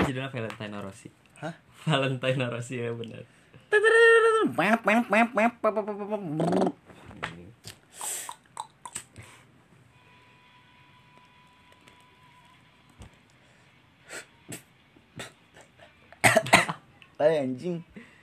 judulnya Valentine Rossi. Hah? Valentine Rossi ya benar. Anjing.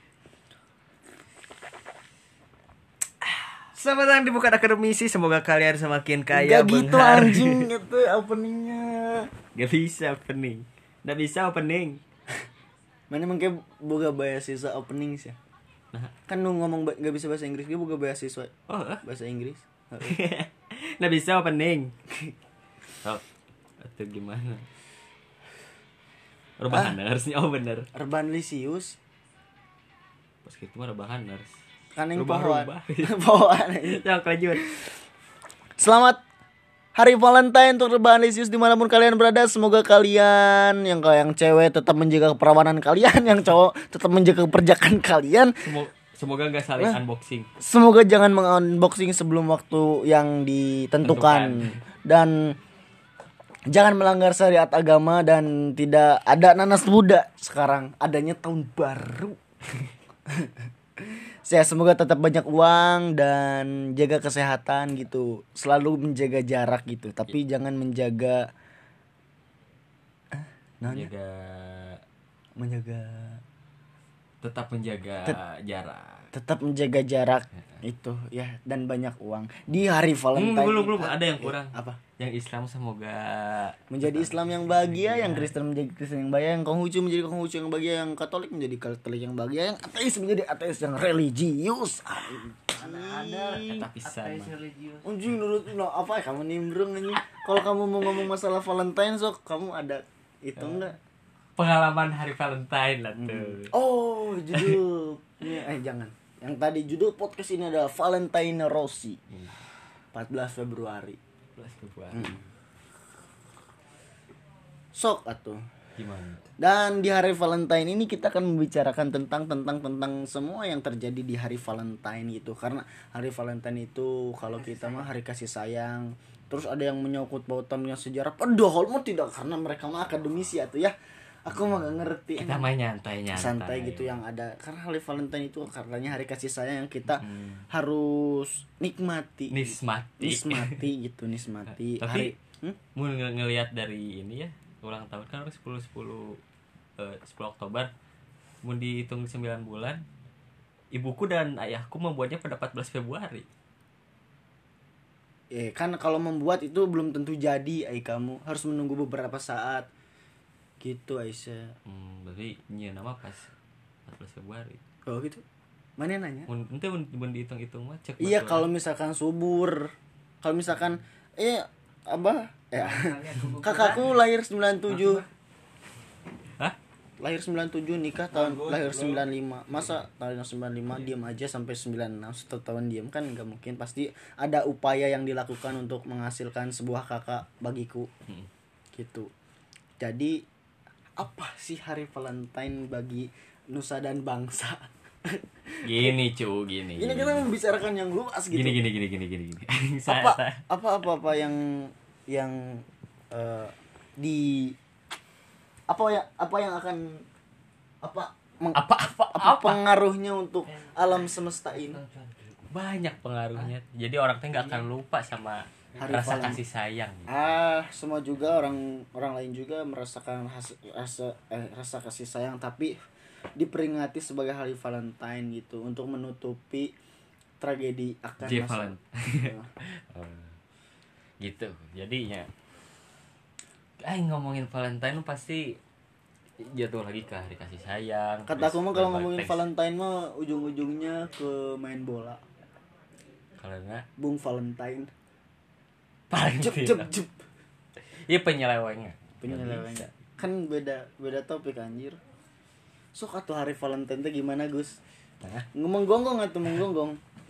Selamat datang di Bukan Akademisi. Semoga kalian semakin kaya. Gak gitu anjing itu openingnya. Gak bisa opening. Gak bisa opening. Mana emang kayak boga beasiswa opening sih. Nah. Kan lu ngomong gak bisa bahasa Inggris, dia boga beasiswa. Oh, bahasa Inggris. Gak bisa opening. Oh, itu gimana? Rebahaners. Oh bener. Urban Lisius. Pas gitu mah rebahaners. Kan yang Rubah-rubah. pohon. Yang lanjut. Selamat Hari Valentine untuk Rebahan Lisius dimanapun kalian berada. Semoga kalian yang cewek tetap menjaga keperawanan kalian, yang cowok tetap menjaga keperjakan kalian. Semoga gak saling unboxing. Semoga jangan mengunboxing sebelum waktu yang ditentukan. Dan jangan melanggar syariat agama. Dan tidak ada nanas muda sekarang, adanya tahun baru. Saya semoga tetap banyak uang dan jaga kesehatan gitu. Selalu menjaga jarak gitu. Tapi jangan menjaga Tetap menjaga jarak. Tetap menjaga jarak itu ya, dan banyak uang di hari Valentine. Belum ada yang kurang. Apa? Yang Islam semoga menjadi Islam yang bahagia, yang Kristen menjadi Kristen yang bahagia, yang Konghucu menjadi Konghucu yang bahagia, yang Katolik menjadi Katolik yang bahagia, yang ateis menjadi ateis yang religius. Ada tapi sama. Anjing nurut apa kamu nimbrung anjing. Kalau kamu mau ngomong masalah Valentine sok kamu ada itu enggak? Pengalaman hari Valentine lah tuh. Oh, judulnya jangan. Yang tadi judul podcast ini adalah Valentine Rossi. 14 Februari. Sok atuh. Gimana? Dan di hari Valentine ini kita akan membicarakan tentang semua yang terjadi di hari Valentine gitu. Karena hari Valentine itu kalau kita mah hari kasih sayang. Terus ada yang menyangkut pautannya sejarah. Padahal mah tidak, karena mereka mah akademisi atuh ya. Aku mah gak ngerti. Kita main nyantai Santai gitu yang ada. Karena hari Valentine itu katanya hari kasih sayang yang kita harus nikmati gitu. Tapi hari, mau ngelihat dari ini ya, ulang tahun kan 10 Oktober. Mau dihitung 9 bulan. Ibuku dan ayahku membuatnya pada 14 Februari. Kan kalau membuat itu belum tentu jadi, kamu harus menunggu beberapa saat. Gitu Aisyah. Berarti nama pas 14 Februari. Oh gitu. Mana nanya? Ente mun dihitung-hitung mah cek. Iya, kalau misalkan subur. Kalau misalkan abah ya. Kakakku lahir 97. Hah? Lahir 97, nikah lahir 95. Masa tahun 95 diam aja sampai 96 1 tahun diam kan enggak mungkin. Pasti ada upaya yang dilakukan untuk menghasilkan sebuah kakak bagiku. Gitu. Jadi apa sih hari Valentine bagi nusa dan bangsa? Gini. Ini kita membicarakan yang luas gitu. Gini. Apa yang pengaruhnya untuk alam semesta ini? Banyak pengaruhnya. Jadi orang teh nggak akan lupa sama rasa kasih sayang. Semua juga orang lain juga merasakan rasa kasih sayang, tapi diperingati sebagai hari Valentine gitu untuk menutupi tragedi akan masa. Gitu. Jadinya ngomongin Valentine pasti jatuh lagi ke hari kasih sayang. Kataku mah kalau ngomongin Valentine mah ujung-ujungnya ke main bola. Karena Bung Valentine. Jep. Iya penyelewengan. Kan beda topik anjir. Sok atuh hari Valentine teh gimana Gus? Ngomong gonggong atau menggonggong?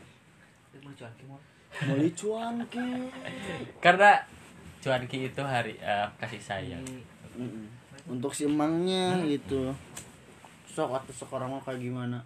Mau cuanki. Karena cuanki itu hari kasih sayang. Untuk si emangnya gitu. Sok atuh sekarang mah kayak gimana?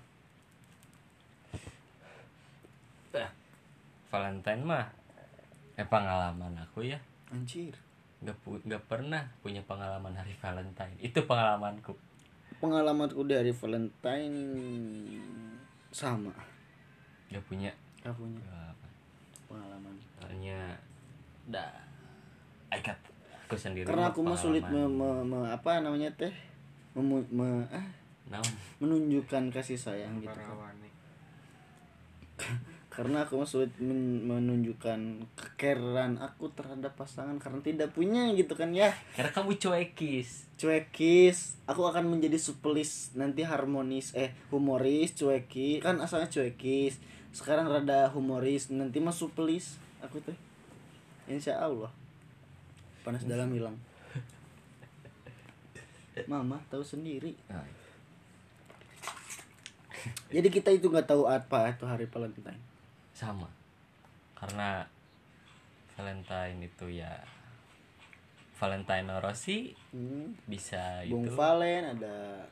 Valentine mah pengalaman aku ya. Anjir. nggak pernah punya pengalaman hari Valentine. Itu pengalamanku. Pengalamanku dari Valentine sama. Nggak punya. Gak punya Pengalaman. pengalaman. Hanya ikat aku sendiri. Karena aku mah sulit apa namanya teh menunjukkan kasih sayang gitu kan. Karena aku mah sulit menunjukkan kekeran aku terhadap pasangan karena tidak punya gitu kan ya. Karena kamu cuekis. Aku akan menjadi suplis nanti humoris, cuekis kan asalnya cuekis. Sekarang rada humoris, nanti mah suplis aku teh. Insya Allah. Panas dalam hilang. Mama tahu sendiri. Jadi kita itu nggak tahu apa itu hari Valentine. Sama. Karena Valentine itu ya Valentino Rossi bisa Bung itu. Valen ada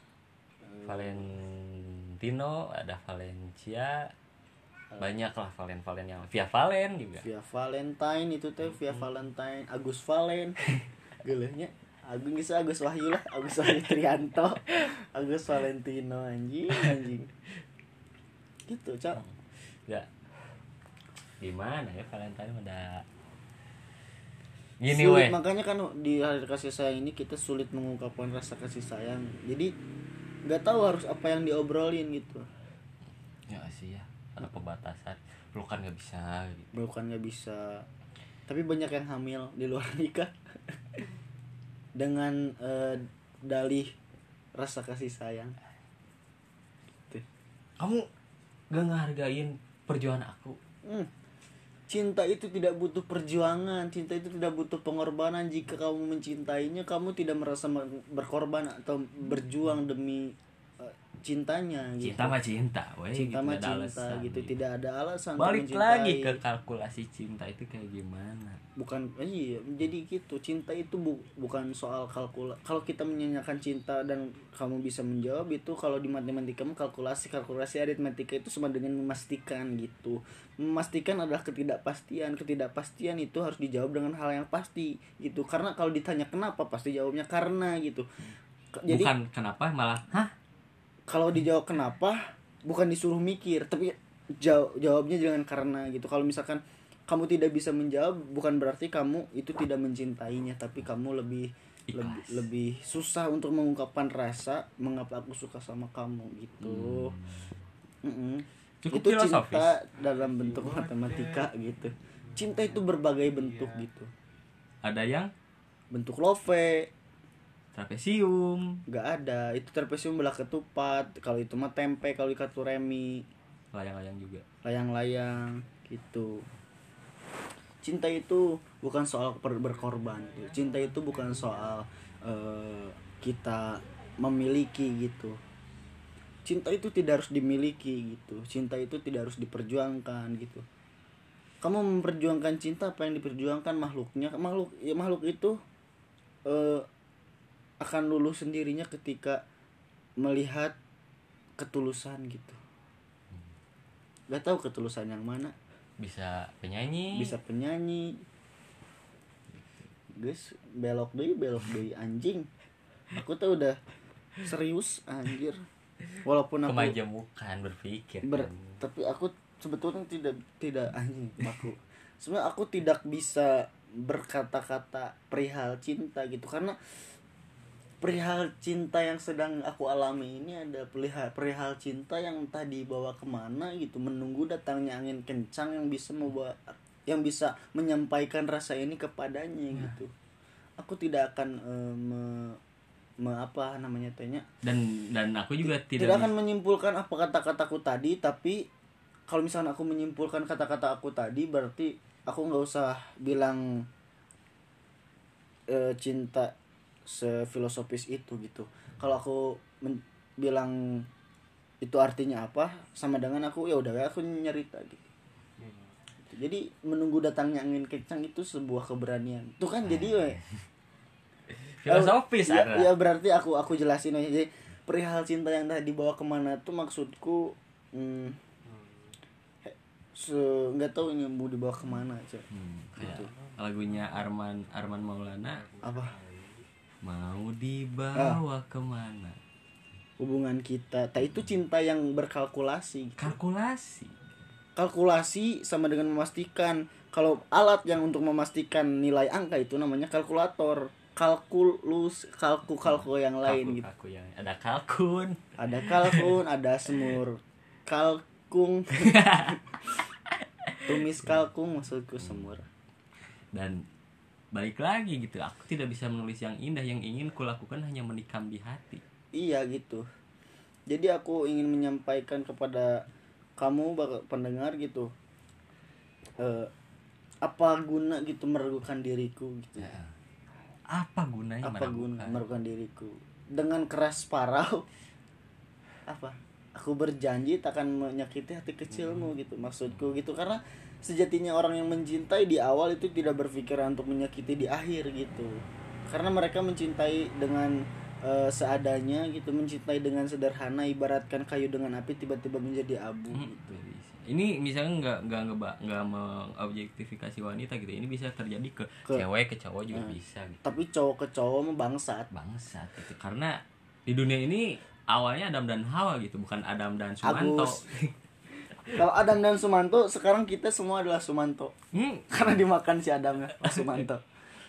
Valentino, ada Valencia. Banyak lah Valen yang Via Valen juga. Via Valentine itu teh Via Valentine Agus Valen. Geuleuhnya Agus Wahyu lah, Agus Wahyu Trianto, Agus Valentino anjing. Gitu, Cak. Ya. Gimana ya Valentine udah gini sulit, weh. makanya kan di hari kasih sayang ini kita sulit mengungkapkan rasa kasih sayang. Jadi nggak tahu harus apa yang diobrolin gitu. Ya sih ya, ada pembatasan. Pelukan nggak bisa gitu. Bukan nggak bisa. Tapi banyak yang hamil di luar nikah. Dengan dalih rasa kasih sayang. Gitu. Kamu gak ngehargain perjuangan aku. Cinta itu tidak butuh perjuangan, cinta itu tidak butuh pengorbanan. Jika kamu mencintainya, kamu tidak merasa berkorban atau berjuang demi cintanya gitu. Cinta mah cinta, weh. Cinta mah gitu, cinta gitu, tidak ada alasan balik untuk lagi mencintai. ke kalkulasi cinta itu kayak gimana. Bukan iya, jadi gitu. Cinta itu bukan soal kalkulasi. Kalau kita menyanyikan cinta dan kamu bisa menjawab itu, kalau di matematika kalkulasi aritmatika itu sama dengan memastikan gitu. Memastikan adalah ketidakpastian itu harus dijawab dengan hal yang pasti gitu. Karena kalau ditanya kenapa, pasti jawabnya karena gitu. Jadi bukan kenapa, malah kalau dijawab kenapa bukan disuruh mikir, tapi jawabnya jangan karena gitu. Kalau misalkan kamu tidak bisa menjawab, bukan berarti kamu itu tidak mencintainya, tapi kamu lebih susah untuk mengungkapkan rasa mengapa aku suka sama kamu gitu. Cukup Itu filosofis. cinta dalam bentuk matematika gitu. Cinta itu berbagai bentuk gitu. Ada yang Bentuk love, trapesium, nggak ada. Itu trapesium belah ketupat. Kalau itu mah tempe, kalau ikat remi, layang-layang juga. layang-layang gitu. Cinta itu bukan soal berkorban. Cinta itu bukan soal kita memiliki gitu. Cinta itu tidak harus dimiliki gitu. Cinta itu tidak harus diperjuangkan gitu. Kamu memperjuangkan cinta, apa yang diperjuangkan makhluknya. Makhluk itu akan luluh sendirinya ketika melihat ketulusan gitu. Gak tahu ketulusan yang mana. Bisa penyanyi. Guys, belok deui anjing. Aku tuh udah serius anjir. Walaupun aku kemajemukan berpikir kan. Tapi aku sebetulnya tidak anjing aku. Sebenarnya aku tidak bisa berkata-kata perihal cinta gitu, karena perihal cinta yang sedang aku alami ini ada perihal cinta yang entah dibawa kemana gitu, menunggu datangnya angin kencang yang bisa menyampaikan rasa ini kepadanya gitu. Aku tidak akan apa namanya tehnya, dan aku juga tidak akan menyimpulkan apa kata-kataku tadi. Tapi kalau misalnya aku menyimpulkan kata-kata aku tadi, berarti aku nggak usah bilang cinta sefilosofis itu gitu. Kalau aku bilang itu artinya apa, sama dengan aku ya udah aku nyerita gitu. Jadi menunggu datangnya angin kencang itu sebuah keberanian. Itu kan jadi filosofis ya berarti aku jelasin aja. Jadi perihal cinta yang tadi dibawa kemana tuh maksudku nggak tahu ini mau dibawa kemana aja. Kayak lagunya Arman Maulana, Apa mau dibawa kemana. hubungan kita itu cinta yang berkalkulasi gitu. Kalkulasi sama dengan memastikan. Kalau alat yang untuk memastikan nilai angka itu namanya kalkulator. Kalku yang lain gitu. Ada kalkun, ada semur kalkung. Tumis kalkung maksudku semur. Dan balik lagi gitu, aku tidak bisa menulis yang indah, yang ingin kulakukan hanya menikam di hati. Iya gitu. Jadi aku ingin menyampaikan kepada kamu pendengar gitu, apa guna gitu meragukan diriku gitu. Ya. Apa gunanya meragukan diriku dengan keras parau? Apa? Aku berjanji takkan menyakiti hati kecilmu gitu, maksudku gitu. Karena sejatinya orang yang mencintai di awal itu tidak berpikiran untuk menyakiti di akhir gitu. Karena mereka mencintai dengan seadanya gitu, mencintai dengan sederhana, ibaratkan kayu dengan api tiba-tiba menjadi abu gitu. Ini misalnya nggak mengobjektifikasi wanita gitu, ini bisa terjadi ke cewek ke cowok juga bisa gitu. Tapi cowok ke cowok mah bangsat gitu, karena di dunia ini awalnya Adam dan Hawa gitu, bukan Adam dan Sumanto. Kalau Adam dan Sumanto, sekarang kita semua adalah Sumanto. Karena dimakan si Adam ya, Sumanto.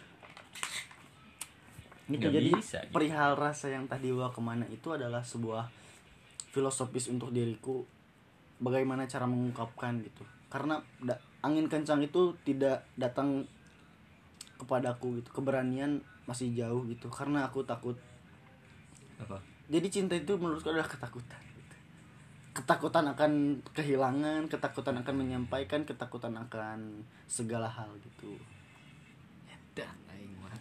Gitu. Jadi bisa, gitu. Perihal rasa yang tadi bawa kemana itu adalah sebuah filosofis untuk diriku, bagaimana cara mengungkapkan gitu. Karena angin kencang itu tidak datang kepadaku gitu, keberanian masih jauh gitu, karena aku takut. Apa? Jadi cinta itu menurutku adalah ketakutan gitu. Ketakutan akan kehilangan, ketakutan akan menyampaikan, ketakutan akan segala hal gitu. Edan aing mah.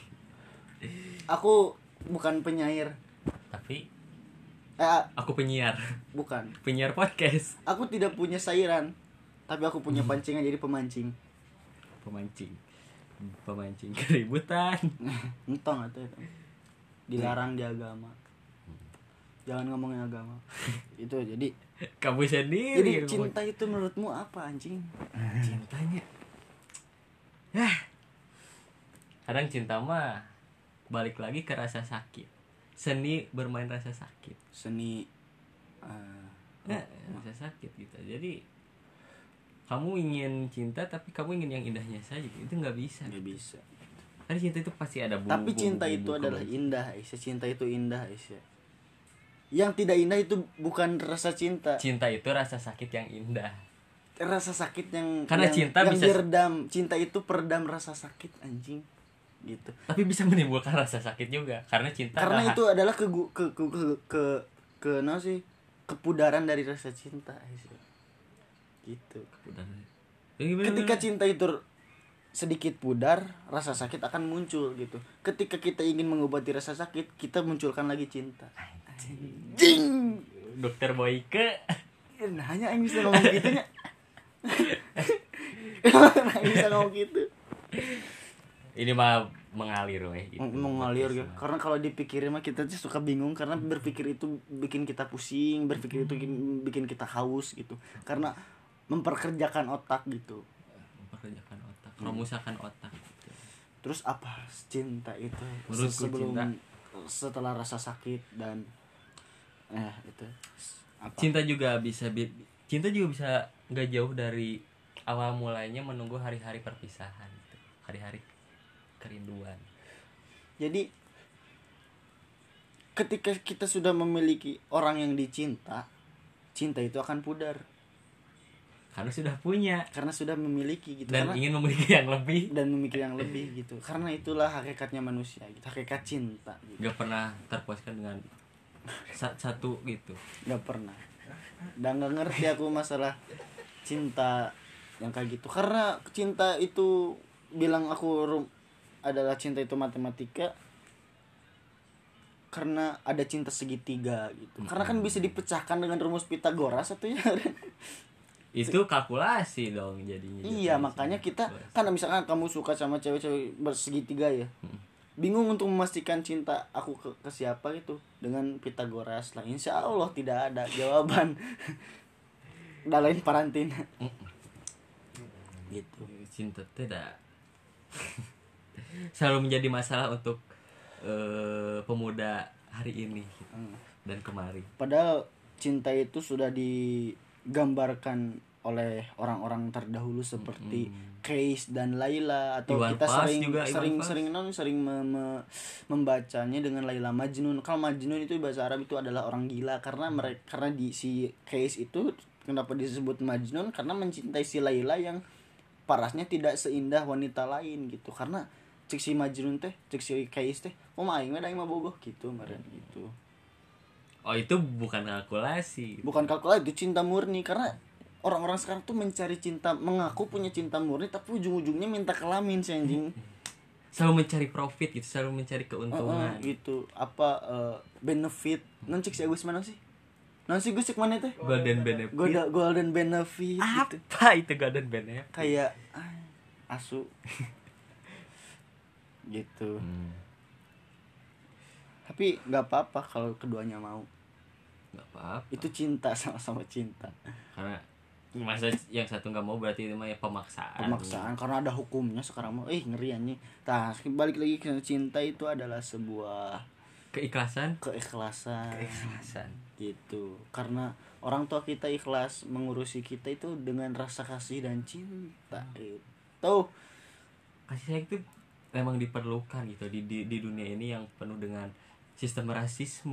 Aku bukan penyair, tapi aku penyiar. Bukan. Penyiar podcast. Aku tidak punya sairan, tapi aku punya pancingan, jadi pemancing. Pemancing keributan. Entong atau itu. Dilarang di agama. Jangan ngomongin agama. Itu jadi kamu sendiri. Jadi cinta itu menurutmu apa anjing? Cintanya. Kadang cinta mah balik lagi ke rasa sakit. Seni bermain rasa sakit. Rasa sakit gitu. Jadi kamu ingin cinta tapi kamu ingin yang indahnya saja, itu nggak bisa. Karena cinta itu pasti ada bumbu. Tapi cinta itu adalah indah, Aisyah. Cinta itu indah, Aisyah. Yang tidak indah itu bukan rasa cinta. Cinta itu rasa sakit yang indah. Rasa sakit yang karena cinta yang bisa diredam. Cinta itu peredam rasa sakit anjing. Gitu. Tapi bisa menimbulkan rasa sakit juga karena cinta. Karena itu adalah kepudaran dari rasa cinta, Aisyah. Gitu. Ketika cinta itu sedikit pudar, rasa sakit akan muncul gitu. Ketika kita ingin mengobati rasa sakit, kita munculkan lagi cinta. Anjing. Dokter Boyke. Nah, hanya yang bisa ngomong gitunya. Bisa ngomong gitu. Ini mah mengalir gitu. Mengalir gitu. Karena kalau dipikirin mah kita suka bingung, karena berpikir itu bikin kita pusing, berpikir itu bikin kita haus gitu. Karena memperkerjakan otak gitu. Memusahkan otak gitu. Terus apa cinta itu? Setelah rasa sakit dan itu. Apa? Cinta juga bisa nggak jauh dari awal mulainya menunggu hari-hari perpisahan gitu. Hari-hari kerinduan. Jadi ketika kita sudah memiliki orang yang dicinta, cinta itu akan pudar. Karena sudah memiliki gitu. Dan ingin memiliki yang lebih. Gitu. Karena itulah hakikatnya manusia gitu. Hakikat cinta gitu. Gak pernah terpuaskan dengan satu gitu. Gak pernah. Dan gak ngerti aku masalah cinta yang kayak gitu. Karena cinta itu bilang aku adalah cinta itu matematika, karena ada cinta segitiga gitu. Karena kan bisa dipecahkan dengan rumus Pitagoras atau ya. Itu kalkulasi dong jadinya. Iya, makanya kita kan misalkan kamu suka sama cewek-cewek bersegitiga ya. Bingung untuk memastikan cinta aku ke siapa gitu dengan Pitagoras lah. Insya Allah tidak ada jawaban. Dalain parantin. gitu. Cinta tidak selalu menjadi masalah untuk pemuda hari ini gitu. Dan kemarin. Padahal cinta itu sudah digambarkan oleh orang-orang terdahulu seperti Case dan Laila, atau Iwan kita Fals juga, Iwan sering membacanya dengan Laila Majnun. Kalau Majnun itu bahasa Arab itu adalah orang gila, karena karena di si Case itu kenapa disebut Majnun, karena mencintai si Laila yang parasnya tidak seindah wanita lain gitu. Karena cek si Majnun teh, cek si Case teh, aing mah bogoh gitu meren gitu. Oh, itu bukan kalkulasi. Bukan kalkulasi, itu cinta murni. Karena orang-orang sekarang tuh mencari cinta, mengaku punya cinta murni, tapi ujung-ujungnya minta kelamin si anjing. Selalu mencari profit gitu, selalu mencari keuntungan. Gitu. Apa benefit. Non cek si Agus mana sih? Non si Gus cek mana teh? Golden benefit. Golden benefit gitu. Apa itu golden benefit? Kayak asu. Gitu. Tapi nggak apa-apa kalau keduanya mau. Nggak apa-apa. Itu cinta, sama-sama cinta. Karena masa yang satu nggak mau berarti itu mah ya pemaksaan. Karena ada hukumnya sekarang mah. Ngeri anjing. Nah, balik lagi ke cinta, itu adalah sebuah keikhlasan gitu. Karena orang tua kita ikhlas mengurusi kita itu dengan rasa kasih dan cinta gitu. Kasih sayang itu memang diperlukan gitu di dunia ini yang penuh dengan sistem rasisme.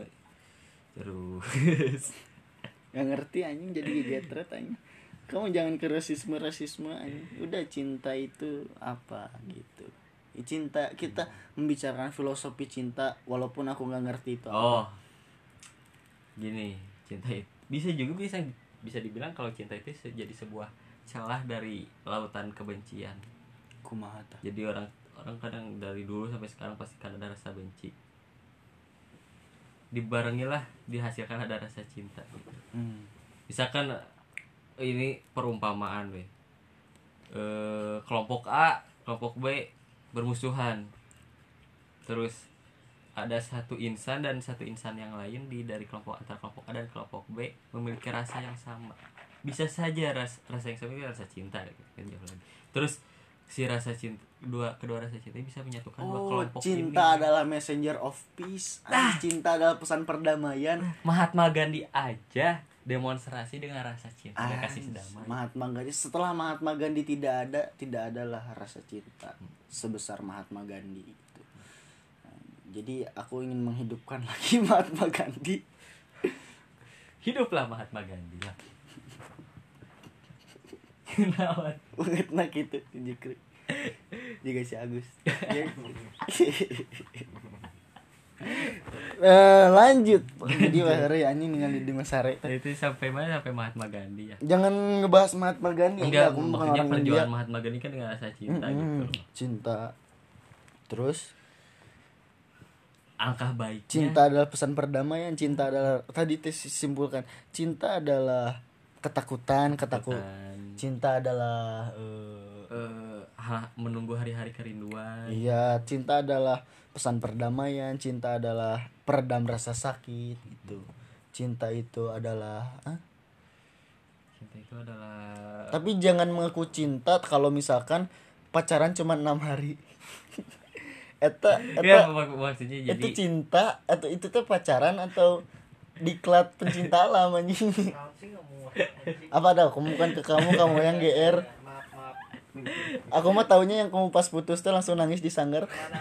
Terus Gak ngerti anjing, jadi getret anjing. Kamu jangan ke rasisme anjing. Udah, cinta itu apa gitu. Cinta, kita membicarakan filosofi cinta walaupun aku nggak ngerti itu apa. Gini, cinta itu bisa dibilang kalau cinta itu jadi sebuah celah dari lautan kebencian. Kumaha tah? Jadi orang kadang dari dulu sampai sekarang pasti kan ada rasa benci. Dibarengilah dihasilkan ada rasa cinta gitu. Misalkan ini perumpamaan kelompok A, kelompok B bermusuhan. Terus ada satu insan dan satu insan yang lain dari antara kelompok A dan kelompok B memiliki rasa yang sama. Bisa saja rasa yang sama itu rasa cinta gitu. Terus si rasa cinta kedua rasa cinta bisa menyatukan dua kelompok cinta ini. Cinta adalah messenger of peace. Cinta adalah pesan perdamaian. Mahatma Gandhi aja demonstrasi dengan rasa cinta dan kasih damai. Mahatma Gandhi, setelah Mahatma Gandhi tidak adalah rasa cinta sebesar Mahatma Gandhi itu. Jadi aku ingin menghidupkan lagi Mahatma Gandhi. Hiduplah Mahatma Gandhi lah. Kenapa? Banget nak gitu jikri. Juga si Agus. Lanjut. Jadi hari anjing ningali di Masare. Itu sampai mana, sampai Mahatma Gandhi ya? Jangan ngebahas Mahatma Gandhi. Enggak, maksudnya perjuangan Mahatma Gandhi kan dengan rasa cinta gitu. Cinta. Terus alangkah baiknya. Cinta adalah pesan perdamaian. Cinta adalah, tadi disimpulkan, cinta adalah ketakutan. Cinta adalah menunggu hari-hari kerinduan. Iya, cinta adalah pesan perdamaian. Cinta adalah peredam rasa sakit gitu. Cinta itu adalah tapi jangan mengaku cinta kalau misalkan pacaran cuma 6 hari. Eta ya, maksudnya jadi itu cinta atau itu tuh pacaran atau diklat pencinta alam anjing. Apa dah, aku bukan ke kamu yang GR. Aku mah taunya yang kamu pas putus tuh langsung nangis di sanggar.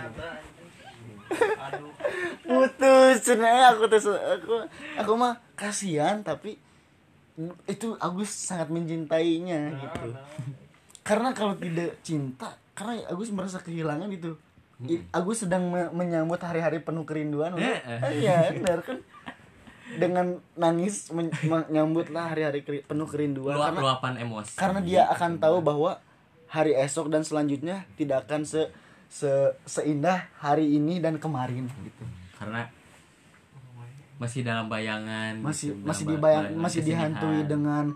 Putus cenah aku mah kasihan, tapi itu Agus sangat mencintainya gitu. Karena kalau tidak cinta, karena Agus merasa kehilangan itu. Agus sedang menyambut hari-hari penuh kerinduan. Iya, benar kan? Dengan nangis menyambutlah hari-hari penuh kerinduan. Luapan emosi. Karena dia akan tahu bahwa hari esok dan selanjutnya tidak akan seindah hari ini dan kemarin gitu. Karena masih dalam bayangan, masih dihantui dengan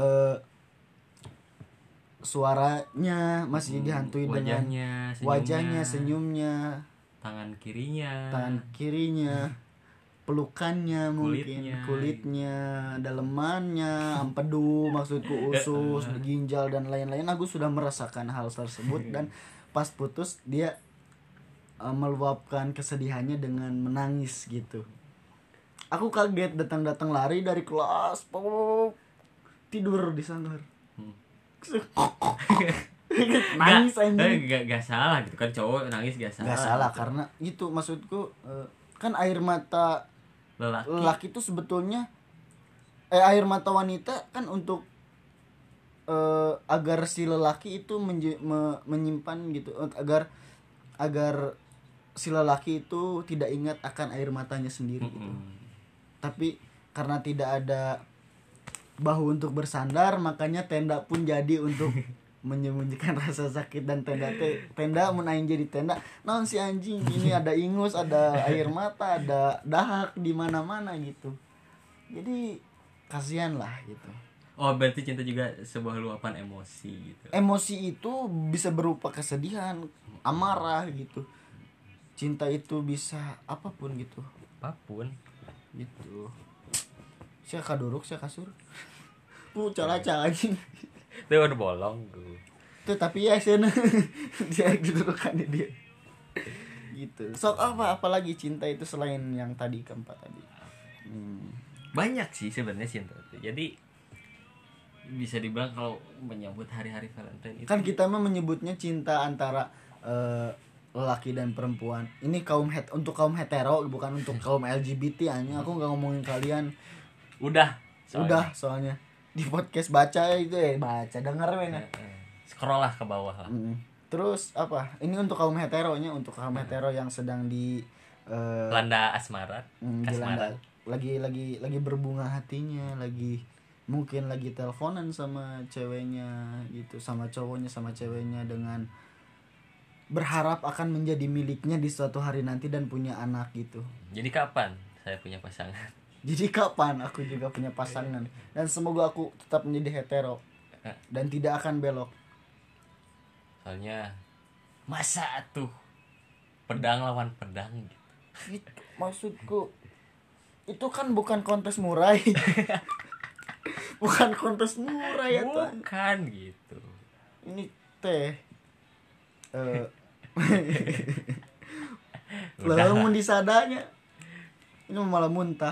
suaranya, masih dihantui wajahnya, dengan wajahnya, senyumnya, tangan kirinya. pelukannya, mungkin kulitnya, dalemannya, empedu, maksudku usus, ginjal dan lain-lain. Aku sudah merasakan hal tersebut dan pas putus dia meluapkan kesedihannya dengan menangis gitu. Aku kaget, datang lari dari kelas, tidur di sanggar. Nangis anjing. Gak salah gitu kan, cowok nangis gak salah. Gak salah gitu. Karena itu maksudku kan air mata lelaki itu sebetulnya air mata wanita kan untuk agar si lelaki itu menyimpan gitu, agar si lelaki itu tidak ingat akan air matanya sendiri gitu. Tapi karena tidak ada bahu untuk bersandar, makanya tenda pun jadi untuk menyembunyikan rasa sakit. Dan tenda mun aing jadi tenda naon si anjing ini, ada ingus, ada air mata, ada dahak di mana-mana gitu. Jadi kasihan lah gitu. Oh, berarti cinta juga sebuah luapan emosi gitu. Emosi itu bisa berupa kesedihan, amarah gitu. Cinta itu bisa apapun gitu. Apapun gitu. Saya kaduruk, saya kasur. Calaca anjing. Tuh udah bolong tuh. Tuh tapi ya sana dia dudukannya dia. Gitu. Sok apalagi cinta itu selain yang tadi keempat tadi. Banyak sih sebenarnya cinta itu. Jadi bisa dibilang kalau menyambut hari-hari Valentine itu kan kita mah menyebutnya cinta antara lelaki dan perempuan. Ini untuk kaum hetero, bukan untuk kaum LGBT hanya. Aku nggak ngomongin kalian. Udah soalnya di podcast baca itu denger mana. Scroll lah ke bawah lah. Terus apa? Ini untuk kaum heteronya, untuk kaum hetero yang sedang di landa asmara. Lagi berbunga hatinya, mungkin lagi teleponan sama ceweknya gitu, sama cowoknya, sama ceweknya, dengan berharap akan menjadi miliknya di suatu hari nanti dan punya anak gitu. Jadi kapan saya punya pasangan? Jadi kapan aku juga punya pasangan? Dan semoga aku tetap menjadi hetero dan tidak akan belok. Soalnya masa tuh pedang lawan pedang gitu. Maksudku itu kan bukan kontes murai. Bukan kontes murai ya tuh. Bukan gitu. Ini teh lalu mau disadanya ini malah muntah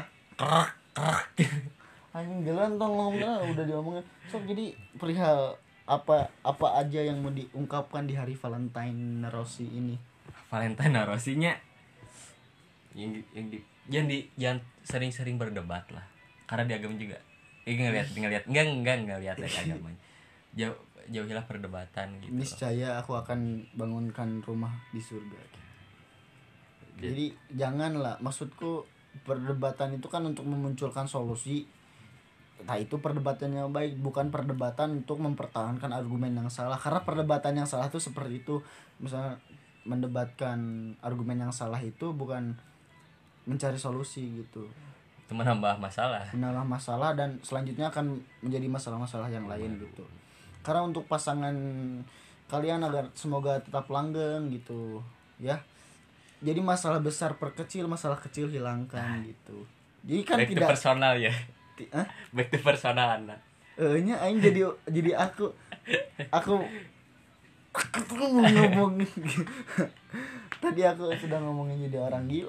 anjing jalan tong ngomongnya udah diomongin. So jadi perihal apa aja yang mau diungkapkan di hari Valentine Rossi ini. Valentine Rossinya jangan sering-sering berdebat lah, karena di agama juga ngelihat dari agamanya. Jauhilah perdebatan gitu. Niscaya aku akan bangunkan rumah di surga. Jadi janganlah, maksudku perdebatan itu kan untuk memunculkan solusi. Nah itu perdebatannya baik, bukan perdebatan untuk mempertahankan argumen yang salah. Karena perdebatan yang salah itu seperti itu. Misalnya mendebatkan argumen yang salah itu bukan mencari solusi gitu. Itu menambah masalah Dan selanjutnya akan menjadi masalah-masalah yang lain gitu. Karena untuk pasangan kalian agar semoga tetap langgeng gitu ya. Jadi masalah besar perkecil, masalah kecil hilangkan gitu. Jadi kan back tidak to personal ya. Back to personal Anda. Nya aing jadi aku tuh ngomongin. Tadi aku sudah ngomongin jadi orang gila.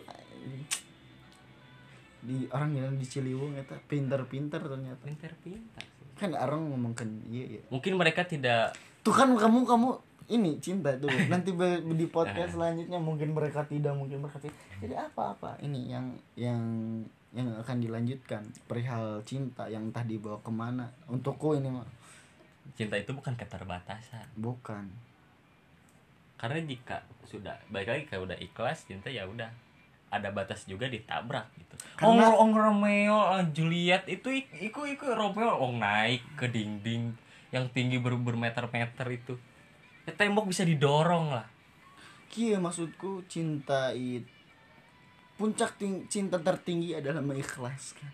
Di orang gila di Ciliwung eta pinter-pinter ternyata. Pinter-pinter. Kan orang ngomongkan iya. Mungkin mereka tidak. Tuh kan kamu ini cinta tuh. Nanti di podcast selanjutnya mungkin mereka tidak. Jadi apa ini yang akan dilanjutkan perihal cinta yang entah dibawa kemana. Untukku ini mah cinta itu bukan keterbatasan. Bukan. Karena jika sudah balik lagi kalau udah ikhlas cinta ya udah. Ada batas juga ditabrak gitu. Karena Romeo Juliet itu Romeo naik ke dinding yang tinggi bermeter-meter itu. Tembok bisa didorong lah. Kieu maksudku cinta itu puncak cinta tertinggi adalah mengikhlaskan.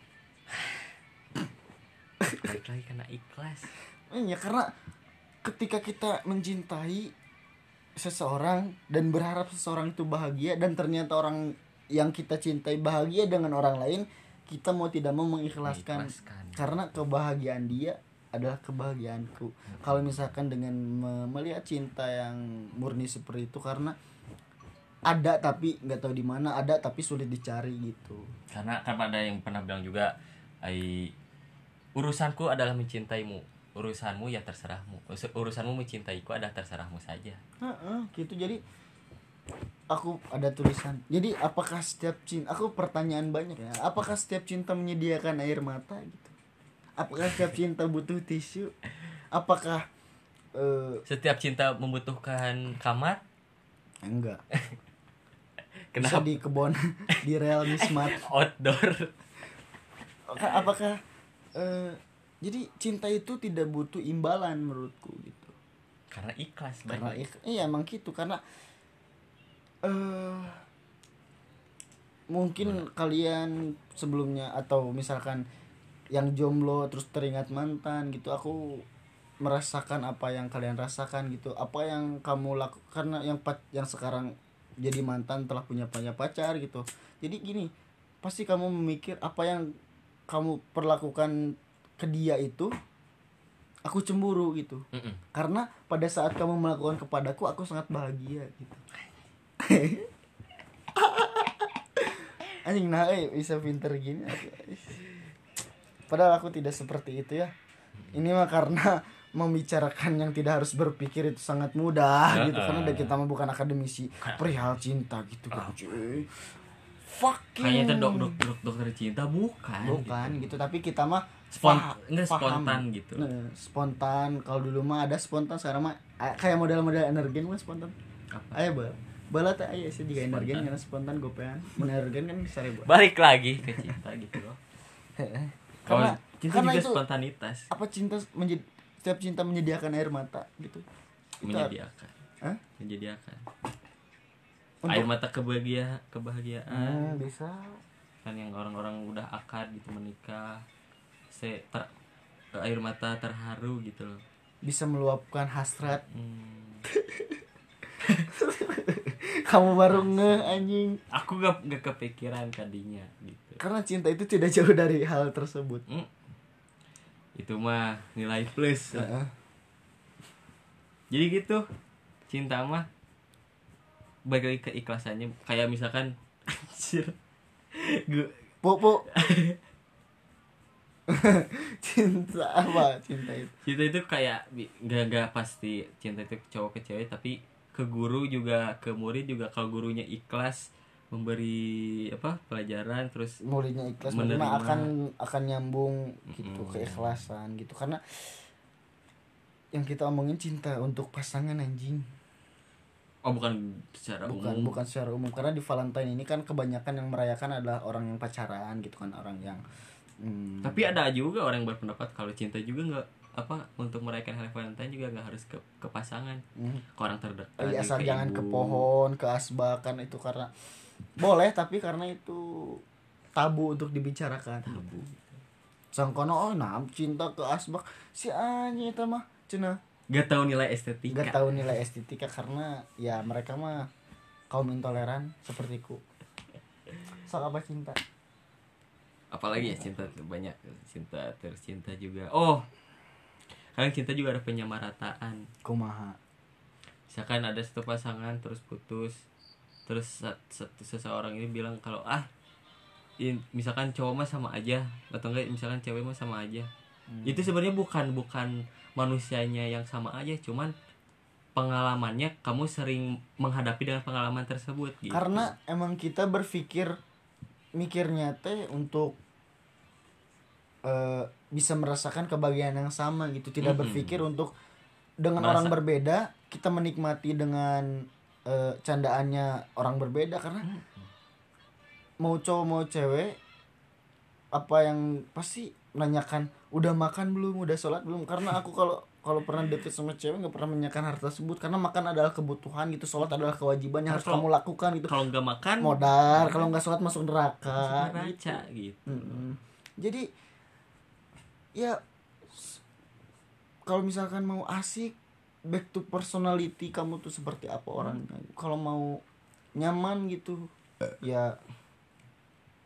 Balik lagi karena ikhlas. Ya karena ketika kita mencintai seseorang dan berharap seseorang itu bahagia dan ternyata orang yang kita cintai bahagia dengan orang lain, kita mau tidak mau mengikhlaskan. Karena kebahagiaan dia adalah kebahagiaanku. Kalau misalkan dengan melihat cinta yang murni seperti itu, karena ada tapi nggak tahu di mana, ada tapi sulit dicari gitu. Karena kan ada yang pernah bilang juga, urusanku adalah mencintaimu, urusanmu ya terserahmu, urusanmu mencintaiku adalah terserahmu saja. Gitu. Jadi aku ada tulisan. Jadi apakah setiap cinta, aku pertanyaan banyak ya, apakah setiap cinta menyediakan air mata gitu? Apakah setiap cinta butuh tisu? Apakah setiap cinta membutuhkan kamar? Enggak. Kenapa? Bisa di kebun, di rel mismat outdoor. Apakah jadi cinta itu tidak butuh imbalan menurutku gitu. Karena ikhlas. Karena iya emang gitu. Karena mungkin kalian sebelumnya atau misalkan yang jomblo terus teringat mantan gitu, aku merasakan apa yang kalian rasakan gitu, apa yang kamu lakukan. Karena yang sekarang jadi mantan telah punya pacar gitu. Jadi gini, pasti kamu memikir apa yang kamu perlakukan ke dia itu, aku cemburu gitu. Karena pada saat kamu melakukan kepadaku, aku sangat bahagia gitu. Anjing, nah bisa pinter gini. Padahal aku tidak seperti itu ya. Ini mah karena membicarakan yang tidak harus berpikir itu sangat mudah gitu. Karena kita mah bukan akademisi perihal cinta gitu kan. Fucking kayaknya dokter cinta bukan gitu. Tapi kita mah spontan gitu. Spontan. Kalau dulu mah ada spontan, sekarang mah kayak model-model energen mah spontan. Ayo bala teh aya sih juga energen karena spontan gopean. Energen kan seribu. Balik lagi ke cinta gitu loh. Karena cinta juga itu spontanitas. Apa setiap cinta menyediakan air mata gitu. Menyediakan. Untuk air mata kebahagiaan. Bisa. Kan yang orang-orang udah akad gitu menikah, air mata terharu gitu loh. Bisa meluapkan hasrat. Kamu baru anjing. Aku gak kepikiran tadinya gitu. Karena cinta itu tidak jauh dari hal tersebut. Itu mah nilai plus. Jadi gitu, cinta mah balik lagi ke ikhlasannya. Kayak misalkan Popo. Cinta apa? Cinta itu kayak gak pasti cinta itu cowok ke cewek, tapi ke guru juga, ke murid juga. Kalau gurunya ikhlas memberi pelajaran, terus muridnya ikhlas menerima, akan nyambung gitu, keikhlasan gitu. Karena yang kita omongin cinta untuk pasangan anjing. Bukan secara umum. Bukan secara umum. Karena di Valentine ini kan kebanyakan yang merayakan adalah orang yang pacaran gitu kan, orang yang tapi ada juga orang yang berpendapat kalau cinta juga nggak untuk merayakan hari Valentine juga nggak harus ke pasangan, ke orang terdekat. Asal jangan ke pohon, ke asbak kan, itu karena boleh tapi karena itu tabu untuk dibicarakan. Tabu. Sangkono cinta ke asbak si anjing itu mah cenah gak tahu nilai estetika karena ya mereka mah kaum intoleran sepertiku. Soal apa cinta? Apalagi ya cinta banyak, cinta juga. Kadang cinta juga ada penyamarataan. Kumaha? Misalkan ada satu pasangan terus putus, terus seseorang ini bilang kalau misalkan cowok mah sama aja, atau enggak misalkan cewek mah sama aja. Itu sebenarnya bukan manusianya yang sama aja, cuman pengalamannya kamu sering menghadapi dengan pengalaman tersebut gitu. Karena emang kita mikirnya teh untuk bisa merasakan kebahagiaan yang sama gitu, tidak berpikir untuk dengan orang berbeda kita menikmati dengan candaannya orang berbeda. Karena mau cowok mau cewek apa yang pasti menanyakan udah makan belum, udah sholat belum. Karena aku kalau pernah deket sama cewek nggak pernah menanyakan hal tersebut, karena makan adalah kebutuhan gitu, sholat adalah kewajiban yang harus kamu lakukan gitu. Kalau nggak makan modal, kalau nggak sholat masuk neraka gitu. Jadi ya kalau misalkan mau asik, back to personality kamu tuh seperti apa orangnya. Kalau mau nyaman gitu ya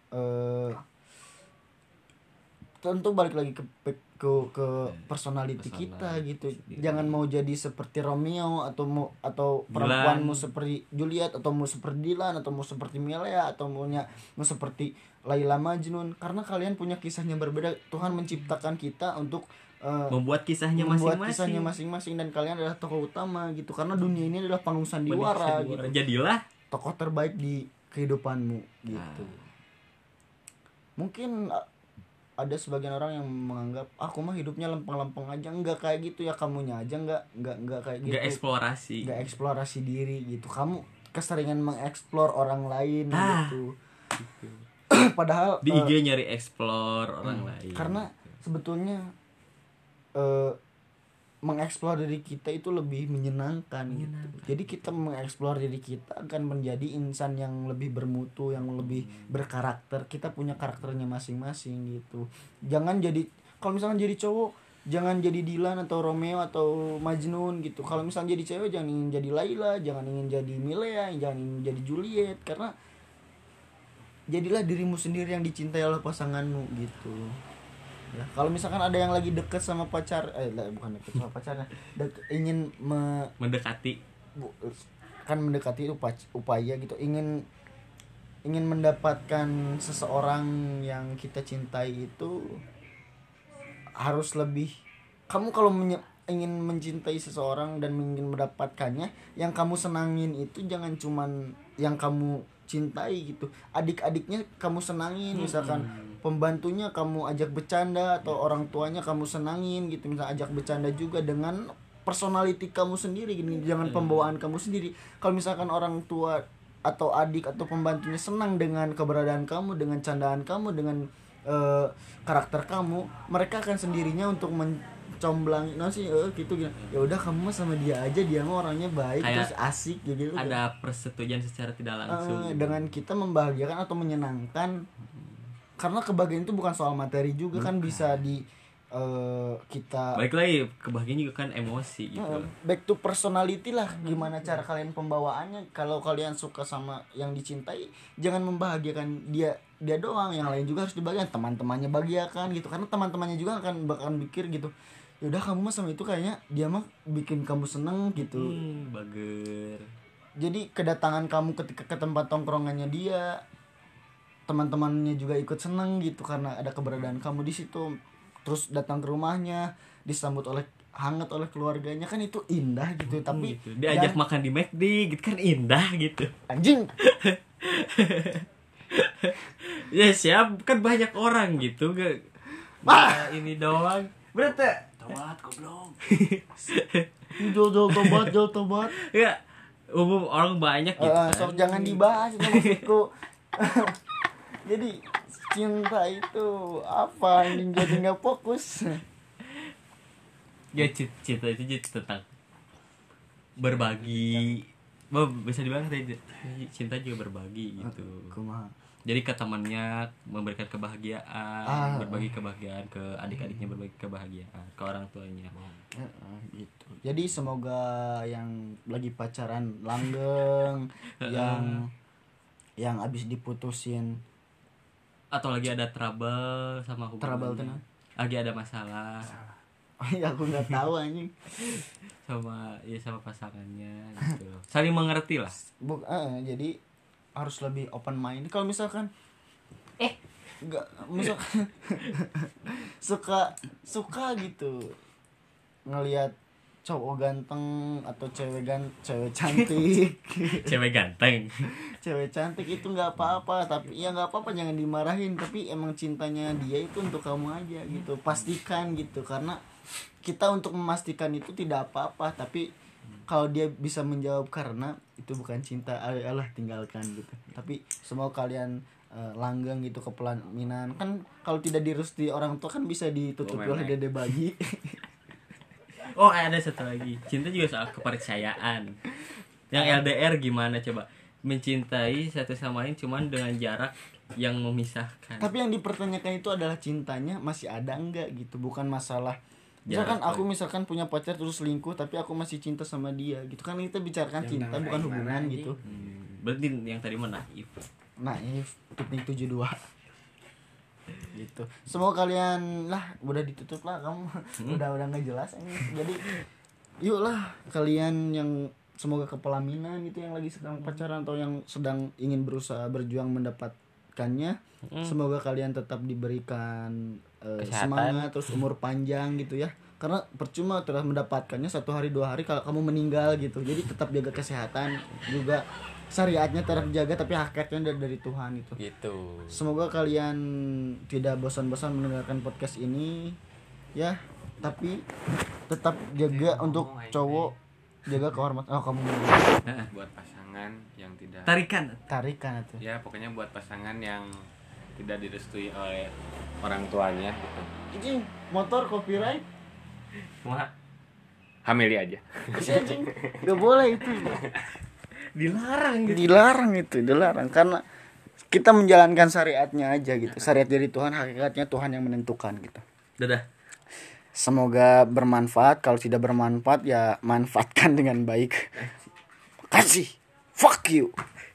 tentu balik lagi ke personality kita gitu. Jangan mau jadi seperti Romeo atau perempuanmu seperti Juliet, atau mau seperti Dylan, atau mau seperti Milea, atau mau seperti Laila Majnun, karena kalian punya kisahnya berbeda. Tuhan menciptakan kita untuk membuat kisahnya masing-masing, dan kalian adalah tokoh utama gitu, karena dunia ini adalah panggung sandiwara gitu. Jadilah tokoh terbaik di kehidupanmu gitu. Mungkin ada sebagian orang yang menganggap aku mah hidupnya lempeng-lempeng aja. Enggak kayak gitu ya, kamunya aja enggak kayak gitu. Enggak eksplorasi diri gitu. Kamu keseringan mengeksplor orang lain gitu. Padahal di IG nyari explore orang lain. Karena sebetulnya mengeksplor diri kita itu lebih menyenangkan. Gitu. Jadi kita mengeksplor diri kita akan menjadi insan yang lebih bermutu, yang lebih berkarakter. Kita punya karakternya masing-masing gitu. Jangan jadi, kalau misalkan jadi cowok jangan jadi Dylan atau Romeo atau Majnun gitu. Kalau misalkan jadi cewek jangan ingin jadi Laila, jangan ingin jadi Milea, jangan ingin jadi Juliet, karena jadilah dirimu sendiri yang dicintai oleh pasanganmu gitu. Ya, kalau misalkan ada yang lagi deket sama pacar, bukan deket sama pacarnya, ingin mendekati, kan mendekati itu upaya gitu, ingin mendapatkan seseorang yang kita cintai itu harus lebih. Kamu kalau ingin mencintai seseorang dan ingin mendapatkannya, yang kamu senangin itu jangan cuman yang kamu cintai gitu, adik-adiknya kamu senangin, misalkan pembantunya kamu ajak bercanda, atau orang tuanya kamu senangin gitu, misalkan ajak bercanda juga dengan personality kamu sendiri gini, jangan pembawaan kamu sendiri. Kalau misalkan orang tua atau adik atau pembantunya senang dengan keberadaan kamu, dengan candaan kamu, dengan karakter kamu, mereka akan sendirinya untuk comblang gitu. Ya udah kamu sama dia aja, dia mah orangnya baik, kayak terus asik gitu. Ada persetujuan secara tidak langsung dengan kita membahagiakan atau menyenangkan. Karena kebahagiaan itu bukan soal materi juga, kan bisa di kita baik lagi, kebahagiaan juga kan emosi gitu. Back to personality lah, gimana cara kalian pembawaannya. Kalau kalian suka sama yang dicintai, jangan membahagiakan dia doang, yang lain juga harus dibahagiakan, teman-temannya bahagiakan gitu, karena teman-temannya juga bakalan mikir gitu, ya udah kamu mah sama itu kayaknya dia mah bikin kamu seneng gitu. Bager. Jadi kedatangan kamu ketika ke tempat tongkrongannya dia, teman-temannya juga ikut seneng gitu karena ada keberadaan kamu di situ. Terus datang ke rumahnya, disambut hangat oleh keluarganya, kan itu indah gitu. Tapi gitu. Diajak makan di McD gitu kan indah gitu. Anjing. Ya siap, kan banyak orang gitu gak ini doang. Berarti tobat goblok. Jol tobat. Ya, umum orang banyak gitu. So jangan dibahas itu maksudku. Jadi cinta itu apa, anjing, jadi nggak fokus. Ya cinta itu tentang berbagi. Bisa dibilang cinta juga berbagi gitu. Kumaha? Jadi ke temannya memberikan kebahagiaan, berbagi kebahagiaan, ke adik-adiknya berbagi kebahagiaan, ke orang tuanya. Gitu. Jadi semoga yang lagi pacaran langgeng, yang abis diputusin atau lagi ada trouble sama hubungannya, lagi ada masalah. Ya aku nggak tahu anjing. sama pasangannya gitu. Saling mengerti lah. Jadi harus lebih open mind. Kalau misalkan enggak, misalkan suka gitu ngelihat cowok ganteng atau cewek cantik. Cewek cantik itu nggak apa-apa, tapi ya nggak apa-apa, jangan dimarahin. Tapi emang cintanya dia itu untuk kamu aja gitu, pastikan gitu. Karena kita untuk memastikan itu tidak apa-apa, tapi kalau dia bisa menjawab karena itu bukan cinta, alah tinggalkan gitu. Tapi semoga kalian langgeng gitu ke pelaminan. Kan kalau tidak direstui orang tua kan bisa ditutupi oleh dede bayi. Oh, ada satu lagi. Cinta juga soal kepercayaan. Yang LDR gimana coba? Mencintai satu sama lain cuman dengan jarak yang memisahkan. Tapi yang dipertanyakan itu adalah cintanya masih ada enggak gitu, bukan masalah. Misalkan aku punya pacar terus selingkuh tapi aku masih cinta sama dia gitu, kan kita bicarakan cinta bukan hubungan gitu. Berarti yang tadi mah naif. Piknik 72. gitu. Semoga kalian lah udah ditutup lah kamu. udah nggak jelas ini. Jadi yuk lah kalian yang semoga kepelaminan gitu yang lagi sedang pacaran atau yang sedang ingin berusaha berjuang mendapatkannya, semoga kalian tetap diberikan semangat terus umur panjang gitu ya. Karena percuma telah mendapatkannya 1 hari 2 hari kalau kamu meninggal gitu. Jadi tetap jaga kesehatan juga, syariatnya terjaga tapi hakikatnya dari Tuhan itu. Gitu. Semoga kalian tidak bosan-bosan mendengarkan podcast ini ya, tapi tetap jaga untuk cowok, jaga kehormatan. Oh kamu buat pasangan yang tidak Tarikan itu. Ya pokoknya buat pasangan yang tidak direstui oleh orang tuanya gitu. Ini motor copyright. Wah, Hamili aja. Gak boleh itu. Dilarang karena kita menjalankan syariatnya aja gitu. Syariat dari Tuhan, hakikatnya Tuhan yang menentukan gitu. dadah. Semoga bermanfaat. Kalau tidak bermanfaat ya manfaatkan dengan baik. Makasih. Fuck you.